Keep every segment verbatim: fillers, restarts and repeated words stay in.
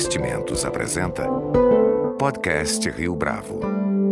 Investimentos apresenta Podcast Rio Bravo.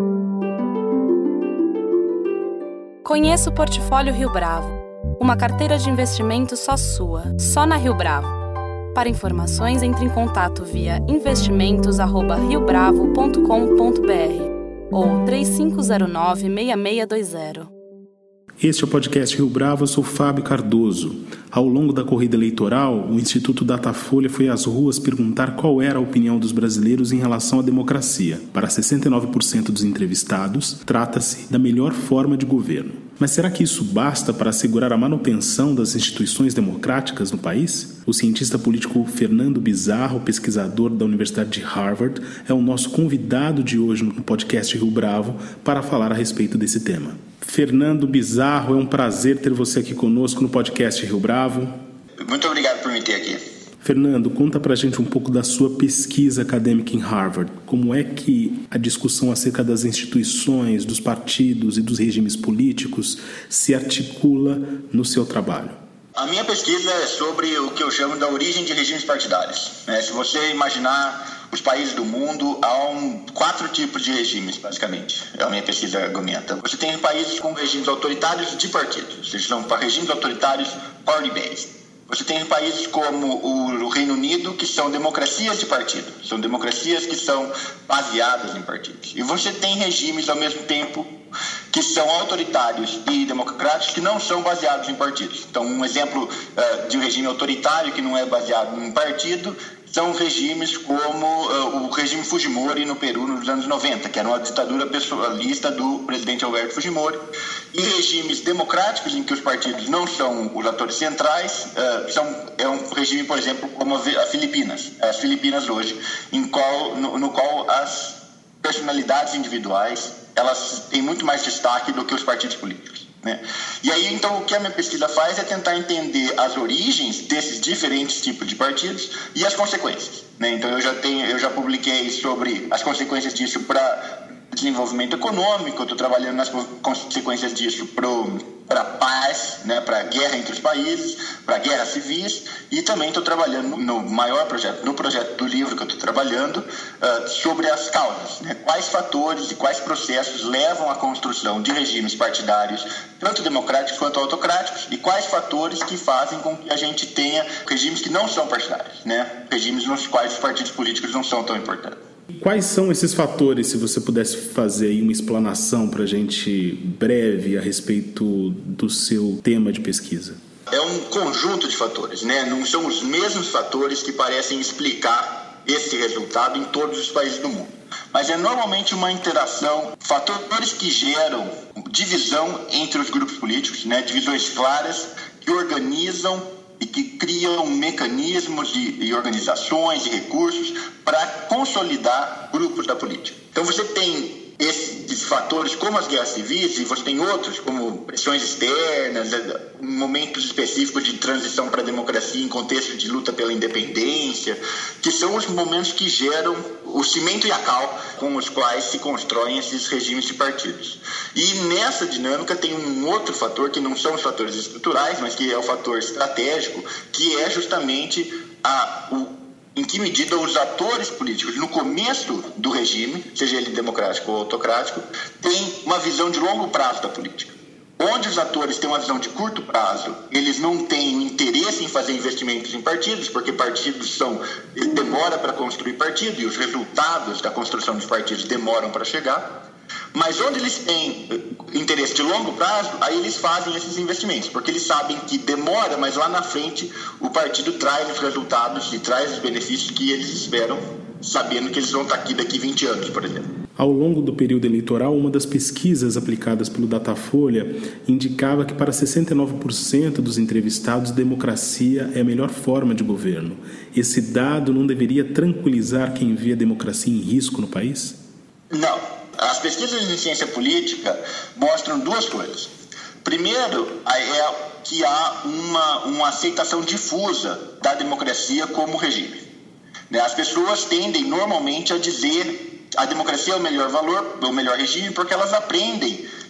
Conheça o Portfólio Rio Bravo, uma carteira de investimentos só sua, só na Rio Bravo. Para informações, entre em contato via investimentos arroba rio bravo ponto com ponto b r ou três cinco zero nove, seis seis dois zero. Este é o podcast Rio Bravo, eu sou Fábio Cardoso. Ao longo da corrida eleitoral, o Instituto Datafolha foi às ruas perguntar qual era a opinião dos brasileiros em relação à democracia. Para sessenta e nove por cento dos entrevistados, trata-se da melhor forma de governo. Mas será que isso basta para assegurar a manutenção das instituições democráticas no país? O cientista político Fernando Bizarro, pesquisador da Universidade de Harvard, é o nosso convidado de hoje no podcast Rio Bravo para falar a respeito desse tema. Fernando Bizarro, é um prazer ter você aqui conosco no podcast Rio Bravo. Muito obrigado por me ter aqui. Fernando, conta pra gente um pouco da sua pesquisa acadêmica em Harvard. Como é que a discussão acerca das instituições, dos partidos e dos regimes políticos se articula no seu trabalho? A minha pesquisa é sobre o que eu chamo da origem de regimes partidários. É, se você imaginar os países do mundo, há um, quatro tipos de regimes, basicamente. É a minha pesquisa argumenta. Você tem países com regimes autoritários de partidos. Eles são regimes autoritários party-based. Você tem países como o Reino Unido, que são democracias de partido. São democracias que são baseadas em partidos. E você tem regimes, ao mesmo tempo, que são autoritários e democráticos, que não são baseados em partidos. Então, um exemplo uh, de um regime autoritário que não é baseado em partido são regimes como uh, o regime Fujimori no Peru nos anos noventa, que era uma ditadura pessoalista do presidente Alberto Fujimori, e regimes democráticos em que os partidos não são os atores centrais, uh, são, é um regime, por exemplo, como a Filipinas, as Filipinas hoje, em qual, no, no qual as personalidades individuais elas têm muito mais destaque do que os partidos políticos, né? E aí, então, o que a minha pesquisa faz é tentar entender as origens desses diferentes tipos de partidos e as consequências, né? Então, eu já tenho, eu já publiquei sobre as consequências disso para desenvolvimento econômico, eu estou trabalhando nas consequências disso para a paz, né, para a guerra entre os países, para guerras civis, e também estou trabalhando no maior projeto, no projeto do livro que eu estou trabalhando, uh, sobre as causas, né, quais fatores e quais processos levam à construção de regimes partidários, tanto democráticos quanto autocráticos, e quais fatores que fazem com que a gente tenha regimes que não são partidários, né, regimes nos quais os partidos políticos não são tão importantes. Quais são esses fatores, se você pudesse fazer aí uma explanação para a gente breve a respeito do seu tema de pesquisa? É um conjunto de fatores, né? Não são os mesmos fatores que parecem explicar esse resultado em todos os países do mundo. Mas é normalmente uma interação, fatores que geram divisão entre os grupos políticos, né? Divisões claras que organizam e que criam mecanismos de, e organizações e recursos para consolidar grupos da política. Então você tem esses fatores como as guerras civis, e você tem outros como pressões externas, momentos específicos de transição para a democracia em contexto de luta pela independência, que são os momentos que geram o cimento e a cal com os quais se constroem esses regimes de partidos. E nessa dinâmica tem um outro fator que não são os fatores estruturais, mas que é o fator estratégico, que é justamente a, o em que medida os atores políticos, no começo do regime, seja ele democrático ou autocrático, têm uma visão de longo prazo da política. Onde os atores têm uma visão de curto prazo, eles não têm interesse em fazer investimentos em partidos, porque partidos são, demora para construir partido, e os resultados da construção dos partidos demoram para chegar. Mas onde eles têm interesse de longo prazo, aí eles fazem esses investimentos, porque eles sabem que demora, mas lá na frente o partido traz os resultados e traz os benefícios que eles esperam, sabendo que eles vão estar aqui daqui vinte anos, por exemplo. Ao longo do período eleitoral, uma das pesquisas aplicadas pelo Datafolha indicava que para sessenta e nove por cento dos entrevistados, democracia é a melhor forma de governo. Esse dado não deveria tranquilizar quem vê a democracia em risco no país? Não. As pesquisas de ciência política mostram duas coisas. Primeiro, é que há uma, uma aceitação difusa da democracia como regime. As pessoas tendem normalmente a dizer que a democracia é o melhor valor, o melhor regime, porque elas aprendem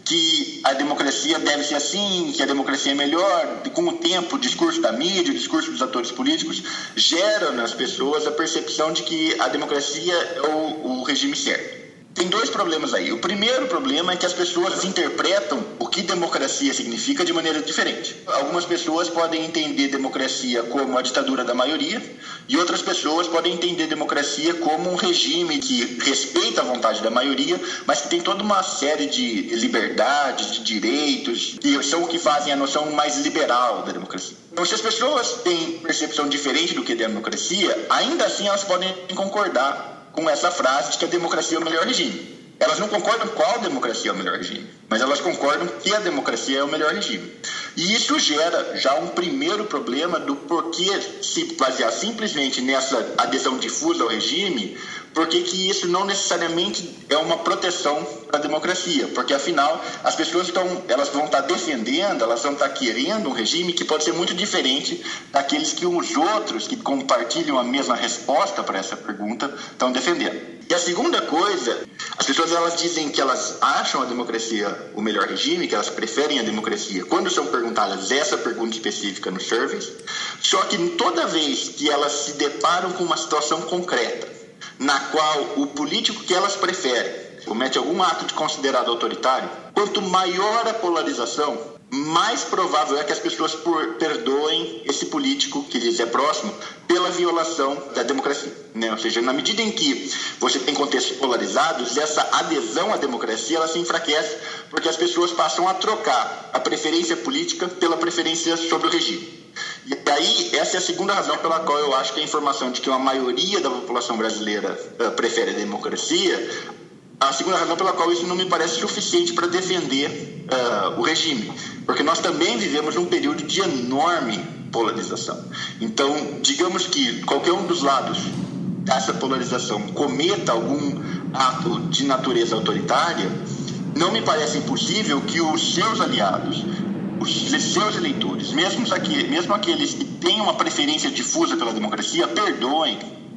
que a democracia deve ser assim, que a democracia é melhor. Com o tempo, o discurso da mídia, o discurso dos atores políticos geram nas pessoas a percepção de que a democracia é o, o regime certo. Tem dois problemas aí. O primeiro problema é que as pessoas interpretam o que democracia significa de maneira diferente. Algumas pessoas podem entender democracia como a ditadura da maioria e outras pessoas podem entender democracia como um regime que respeita a vontade da maioria, mas que tem toda uma série de liberdades, de direitos, que são o que fazem a noção mais liberal da democracia. Então, se as pessoas têm percepção diferente do que é democracia, ainda assim elas podem concordar com essa frase de que a democracia é o melhor regime. Elas não concordam qual democracia é o melhor regime, mas elas concordam que a democracia é o melhor regime. E isso gera já um primeiro problema do porquê se basear simplesmente nessa adesão difusa ao regime, porque que isso não necessariamente é uma proteção para a democracia, porque afinal as pessoas estão, elas vão estar defendendo, elas vão estar querendo um regime que pode ser muito diferente daqueles que os outros que compartilham a mesma resposta para essa pergunta estão defendendo. E a segunda coisa, as pessoas elas dizem que elas acham a democracia o melhor regime, que elas preferem a democracia quando são perguntadas essa pergunta específica no surveys, só que toda vez que elas se deparam com uma situação concreta na qual o político que elas preferem comete algum ato de considerado autoritário, quanto maior a polarização, mais provável é que as pessoas por, perdoem esse político que lhes é próximo pela violação da democracia, né? Ou seja, na medida em que você tem contextos polarizados, essa adesão à democracia ela se enfraquece porque as pessoas passam a trocar a preferência política pela preferência sobre o regime. E aí, essa é a segunda razão pela qual eu acho que a informação de que uma maioria da população brasileira uh, prefere a democracia, a segunda razão pela qual isso não me parece suficiente para defender uh, o regime, porque nós também vivemos num período de enorme polarização. Então, digamos que qualquer um dos lados dessa polarização cometa algum ato de natureza autoritária, não me parece impossível que os seus aliados, os seus eleitores, mesmo, aqui, mesmo aqueles que têm uma preferência difusa pela democracia, perdoem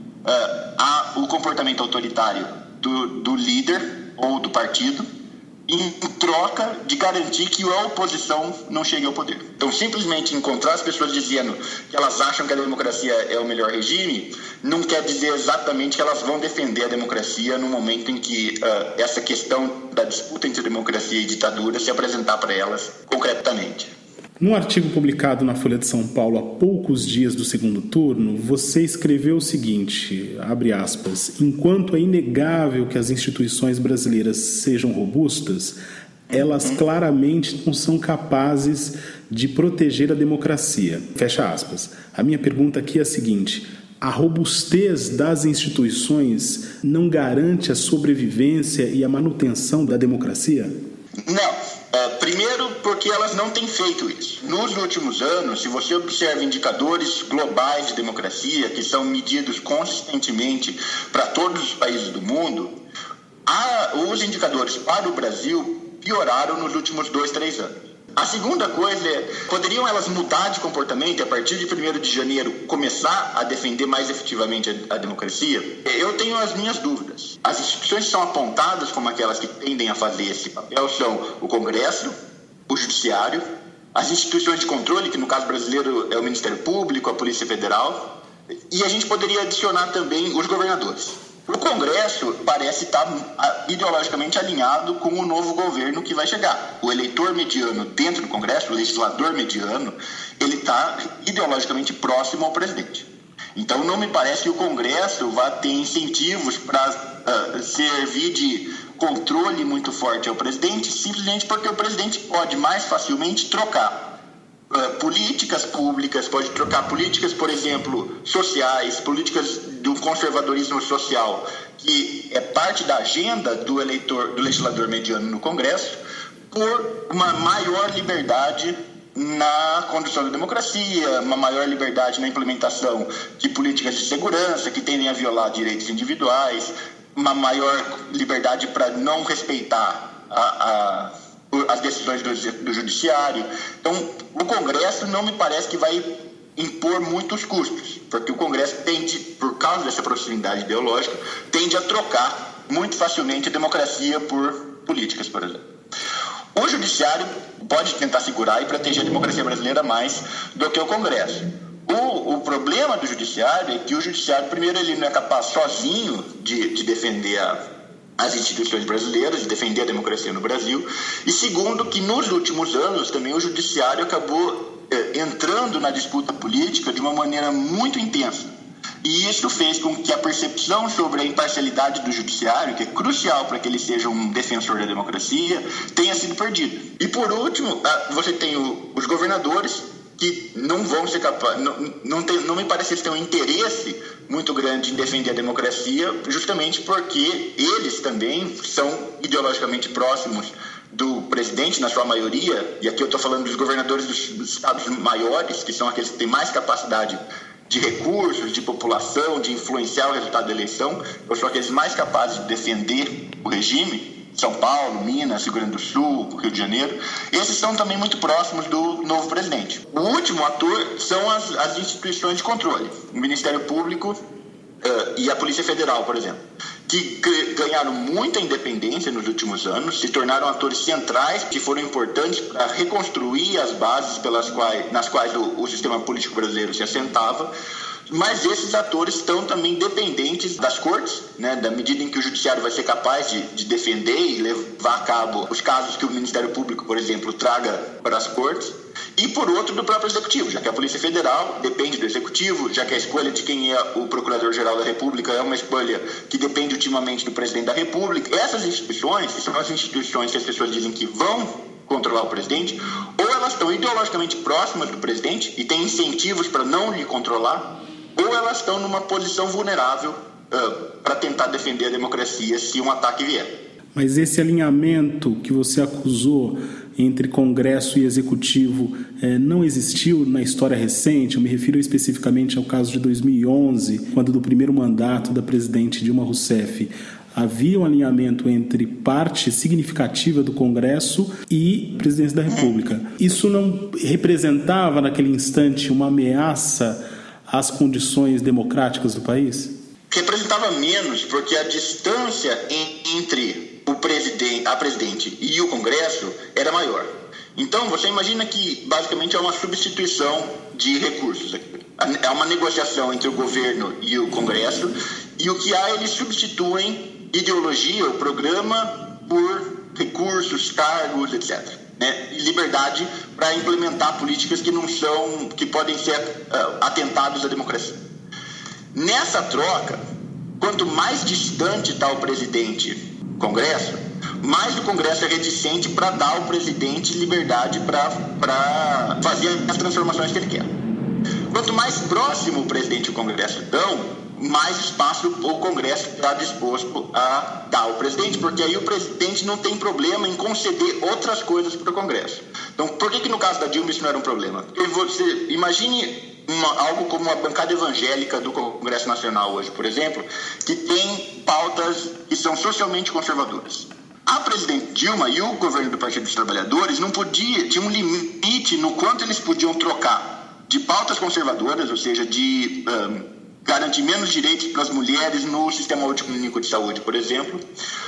uh, a, o comportamento autoritário do, do líder ou do partido em troca de garantir que a oposição não chegue ao poder. Então, simplesmente encontrar as pessoas dizendo que elas acham que a democracia é o melhor regime não quer dizer exatamente que elas vão defender a democracia no momento em que uh, essa questão da disputa entre democracia e ditadura se apresentar para elas concretamente. Num artigo publicado na Folha de São Paulo há poucos dias do segundo turno, você escreveu o seguinte, abre aspas, enquanto é inegável que as instituições brasileiras sejam robustas, elas claramente não são capazes de proteger a democracia. Fecha aspas. A minha pergunta aqui é a seguinte, a robustez das instituições não garante a sobrevivência e a manutenção da democracia? Não. Uh, primeiro, porque elas não têm feito isso. Nos últimos anos, se você observa indicadores globais de democracia, que são medidos consistentemente para todos os países do mundo, a, os indicadores para o Brasil pioraram nos últimos dois, três anos. A segunda coisa é, poderiam elas mudar de comportamento e a partir de primeiro de janeiro começar a defender mais efetivamente a, a democracia? Eu tenho as minhas dúvidas. As instituições que são apontadas como aquelas que tendem a fazer esse papel são o Congresso, o Judiciário, as instituições de controle, que no caso brasileiro é o Ministério Público, a Polícia Federal, e a gente poderia adicionar também os governadores. O Congresso parece estar ideologicamente alinhado com o novo governo que vai chegar. O eleitor mediano dentro do Congresso, o legislador mediano, ele está ideologicamente próximo ao presidente. Então não me parece que o Congresso vai ter incentivos para uh, servir de controle muito forte ao presidente, simplesmente porque o presidente pode mais facilmente trocar Uh, políticas públicas, pode trocar políticas, por exemplo, sociais, políticas do conservadorismo social, que é parte da agenda do eleitor, do legislador mediano no Congresso, por uma maior liberdade na condução da democracia, uma maior liberdade na implementação de políticas de segurança que tendem a violar direitos individuais, uma maior liberdade para não respeitar a, a as decisões do, do judiciário. Então, o Congresso não me parece que vai impor muitos custos, porque o Congresso tende, por causa dessa proximidade ideológica, tende a trocar muito facilmente a democracia por políticas, por exemplo. O judiciário pode tentar segurar e proteger a democracia brasileira mais do que o Congresso. O, o problema do judiciário é que o judiciário, primeiro, ele não é capaz sozinho de, de defender a, as instituições brasileiras, de defender a democracia no Brasil. E segundo, que nos últimos anos também o judiciário acabou é, entrando na disputa política de uma maneira muito intensa. E isso fez com que a percepção sobre a imparcialidade do judiciário, que é crucial para que ele seja um defensor da democracia, tenha sido perdida. E por último, você tem os governadores, que não vão ser capazes, não, não, tem, não me parece que eles têm um interesse muito grande em defender a democracia, justamente porque eles também são ideologicamente próximos do presidente, na sua maioria, e aqui eu estou falando dos governadores dos, dos estados maiores, que são aqueles que têm mais capacidade de recursos, de população, de influenciar o resultado da eleição, ou são aqueles mais capazes de defender o regime. São Paulo, Minas, Rio Grande do Sul, Rio de Janeiro, esses são também muito próximos do novo presidente. O último ator são as, as instituições de controle, o Ministério Público uh, e a Polícia Federal, por exemplo, que ganharam muita independência nos últimos anos, se tornaram atores centrais que foram importantes para reconstruir as bases pelas quais, nas quais o, o sistema político brasileiro se assentava. Mas esses atores estão também dependentes das cortes, né, da medida em que o judiciário vai ser capaz de, de defender e levar a cabo os casos que o Ministério Público, por exemplo, traga para as cortes, e por outro do próprio Executivo, já que a Polícia Federal depende do Executivo, já que a escolha de quem é o Procurador-Geral da República é uma escolha que depende ultimamente do Presidente da República. Essas instituições são as instituições que as pessoas dizem que vão controlar o presidente, ou elas estão ideologicamente próximas do presidente e têm incentivos para não lhe controlar, ou elas estão numa posição vulnerável uh, para tentar defender a democracia se um ataque vier. Mas esse alinhamento que você acusou entre Congresso e Executivo eh, não existiu na história recente? Eu me refiro especificamente ao caso de dois mil e onze, quando do primeiro mandato da presidente Dilma Rousseff havia um alinhamento entre parte significativa do Congresso e Presidência da República. Isso não representava naquele instante uma ameaça às condições democráticas do país? Representava menos, porque a distância entre o presidente, a presidente e o Congresso era maior. Então, você imagina que, basicamente, é uma substituição de recursos aqui. É uma negociação entre o governo e o Congresso, e o que há, eles substituem ideologia, o programa, por recursos, cargos, etcétera. Né, liberdade para implementar políticas que não são, que podem ser uh, atentados à democracia. Nessa troca, quanto mais distante está o presidente do Congresso, mais o Congresso é reticente para dar ao presidente liberdade para fazer as transformações que ele quer. Quanto mais próximo o presidente e o Congresso estão, mais espaço o Congresso está disposto a dar ao presidente, porque aí o presidente não tem problema em conceder outras coisas para o Congresso. Então, por que que no caso da Dilma isso não era um problema? Porque você imagine uma, algo como uma bancada evangélica do Congresso Nacional hoje, por exemplo, que tem pautas que são socialmente conservadoras. A presidente Dilma e o governo do Partido dos Trabalhadores não podia, tinha um limite no quanto eles podiam trocar de pautas conservadoras, ou seja, de um, garantir menos direitos para as mulheres no sistema único de saúde, por exemplo,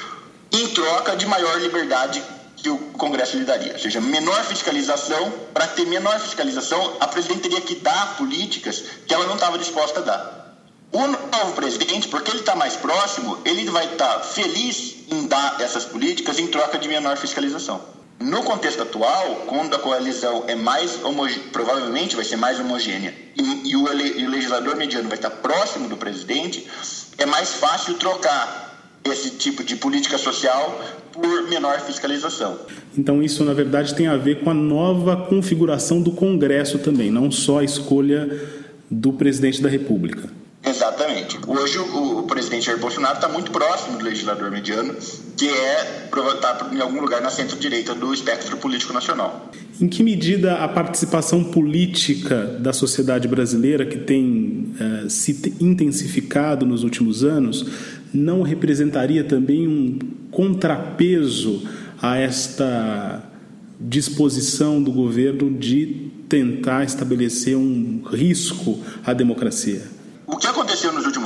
em troca de maior liberdade que o Congresso lhe daria. Ou seja, menor fiscalização. Para ter menor fiscalização, a presidente teria que dar políticas que ela não estava disposta a dar. O novo presidente, porque ele está mais próximo, ele vai estar feliz em dar essas políticas em troca de menor fiscalização. No contexto atual, quando a coalizão é mais homogê... provavelmente vai ser mais homogênea e, e, o ele... e o legislador mediano vai estar próximo do presidente, é mais fácil trocar esse tipo de política social por menor fiscalização. Então isso, na verdade, tem a ver com a nova configuração do Congresso também, não só a escolha do presidente da República. Exatamente. Hoje o, o presidente Jair Bolsonaro está muito próximo do legislador mediano, que é está em algum lugar na centro-direita do espectro político nacional. Em que medida a participação política da sociedade brasileira, que tem uh, se intensificado nos últimos anos, não representaria também um contrapeso a esta disposição do governo de tentar estabelecer um risco à democracia? O que aconteceu nos últimos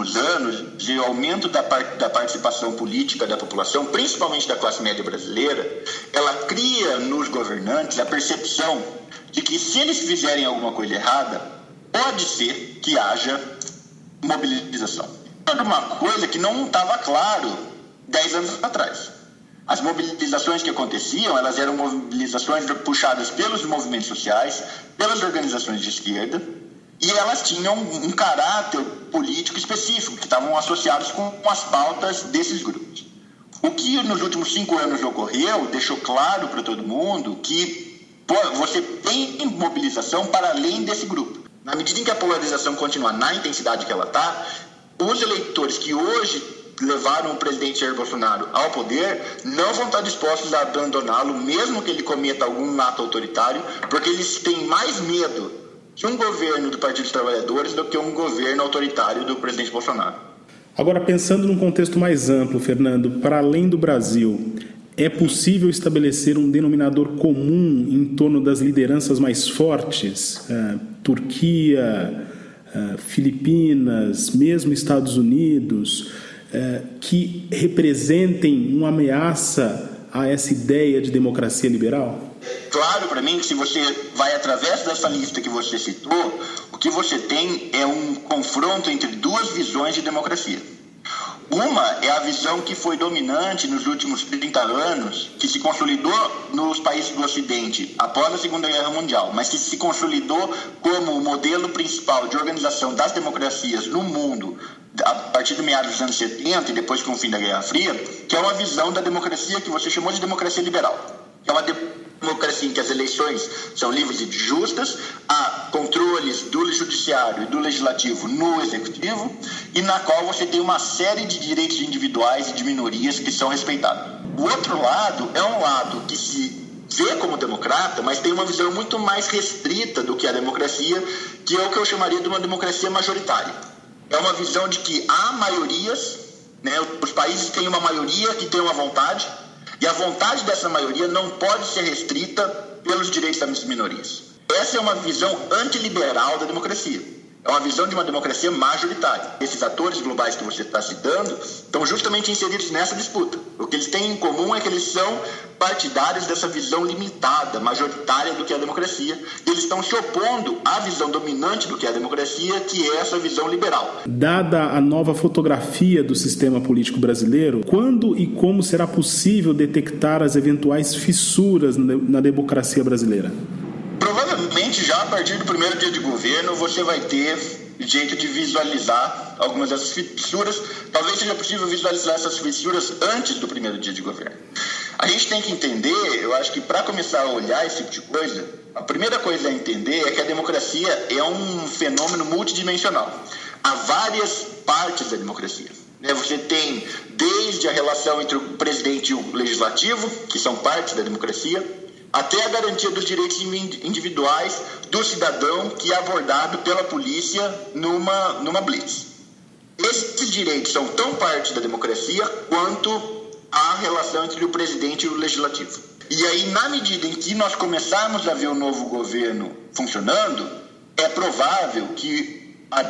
últimos anos de aumento da, part- da participação política da população, principalmente da classe média brasileira, ela cria nos governantes a percepção de que se eles fizerem alguma coisa errada, pode ser que haja mobilização. Era uma coisa que não estava claro dez anos atrás. As mobilizações que aconteciam, elas eram mobilizações puxadas pelos movimentos sociais, pelas organizações de esquerda, e elas tinham um caráter político específico, que estavam associados com as pautas desses grupos. O que nos últimos cinco anos ocorreu, deixou claro para todo mundo que pô, você tem mobilização para além desse grupo. Na medida em que a polarização continua na intensidade que ela está, os eleitores que hoje levaram o presidente Jair Bolsonaro ao poder não vão estar dispostos a abandoná-lo, mesmo que ele cometa algum ato autoritário, porque eles têm mais medo de um governo do Partido dos Trabalhadores do que um governo autoritário do presidente Bolsonaro. Agora, pensando num contexto mais amplo, Fernando, para além do Brasil, é possível estabelecer um denominador comum em torno das lideranças mais fortes? Uh, Turquia, uh, Filipinas, mesmo Estados Unidos, uh, que representem uma ameaça a essa ideia de democracia liberal? Claro para mim que se você vai através dessa lista que você citou, o que você tem é um confronto entre duas visões de democracia. Uma é a visão que foi dominante nos últimos trinta anos, que se consolidou nos países do Ocidente após a Segunda Guerra Mundial, mas que se consolidou como o modelo principal de organização das democracias no mundo a partir do meados dos anos setenta e depois com o fim da Guerra Fria, que é uma visão da democracia que você chamou de democracia liberal. É uma democracia em que as eleições são livres e justas, há controles do judiciário e do legislativo no executivo, e na qual você tem uma série de direitos individuais e de minorias que são respeitados. O outro lado é um lado que se vê como democrata, mas tem uma visão muito mais restrita do que a democracia, que é o que eu chamaria de uma democracia majoritária. É uma visão de que há maiorias, né, os países têm uma maioria que tem uma vontade, e a vontade dessa maioria não pode ser restrita pelos direitos das minorias. Essa é uma visão antiliberal da democracia. É uma visão de uma democracia majoritária. Esses atores globais que você está citando estão justamente inseridos nessa disputa. O que eles têm em comum é que eles são partidários dessa visão limitada, majoritária do que é a democracia. E eles estão se opondo à visão dominante do que é a democracia, que é essa visão liberal. Dada a nova fotografia do sistema político brasileiro, quando e como será possível detectar as eventuais fissuras na democracia brasileira? Provavelmente já a partir do primeiro dia de governo você vai ter jeito de visualizar algumas dessas fissuras. Talvez seja possível visualizar essas fissuras antes do primeiro dia de governo. A gente tem que entender, eu acho que para começar a olhar esse tipo de coisa, a primeira coisa a entender é que a democracia é um fenômeno multidimensional. Há várias partes da democracia. Você tem desde a relação entre o presidente e o legislativo, que são partes da democracia, até a garantia dos direitos individuais do cidadão que é abordado pela polícia numa, numa blitz. Esses direitos são tão parte da democracia quanto a relação entre o presidente e o legislativo. E aí, na medida em que nós começarmos a ver o novo governo funcionando, é provável que a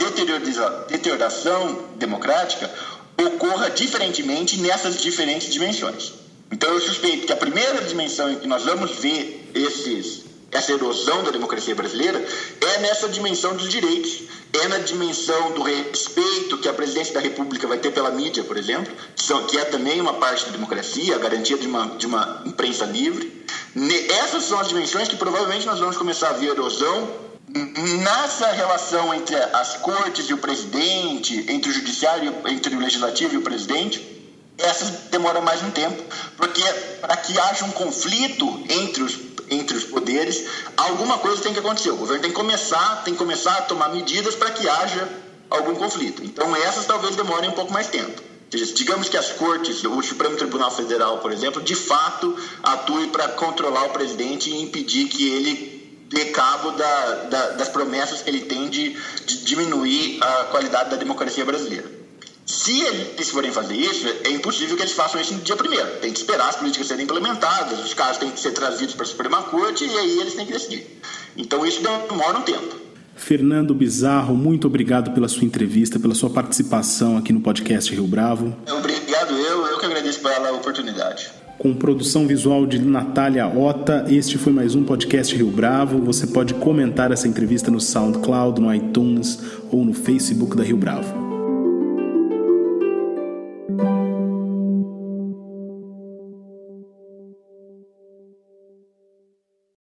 deterioração democrática ocorra diferentemente nessas diferentes dimensões. Então, eu suspeito que a primeira dimensão em que nós vamos ver esses, essa erosão da democracia brasileira é nessa dimensão dos direitos, é na dimensão do respeito que a presidência da República vai ter pela mídia, por exemplo, que, são, que é também uma parte da democracia, a garantia de uma, de uma imprensa livre. Essas são as dimensões que provavelmente nós vamos começar a ver erosão nessa relação entre as cortes e o presidente, entre o judiciário, entre o legislativo e o presidente. Essas demoram mais um tempo, porque para que haja um conflito entre os, entre os poderes, alguma coisa tem que acontecer. O governo tem que começar, tem que começar a tomar medidas para que haja algum conflito. Então essas talvez demorem um pouco mais tempo. Digamos que as cortes, o Supremo Tribunal Federal, por exemplo, de fato atue para controlar o presidente e impedir que ele dê cabo da, da, das promessas que ele tem de, de diminuir a qualidade da democracia brasileira. Se eles forem fazer isso, é impossível que eles façam isso no dia primeiro. Tem que esperar as políticas serem implementadas, os casos têm que ser trazidos para a Suprema Corte e aí eles têm que decidir. Então isso demora um tempo. Fernando Bizarro, muito obrigado pela sua entrevista, pela sua participação aqui no podcast Rio Bravo. Obrigado eu, eu que agradeço pela oportunidade. Com produção visual de Natália Ota, este foi mais um podcast Rio Bravo. Você pode comentar essa entrevista no SoundCloud, no iTunes ou no Facebook da Rio Bravo.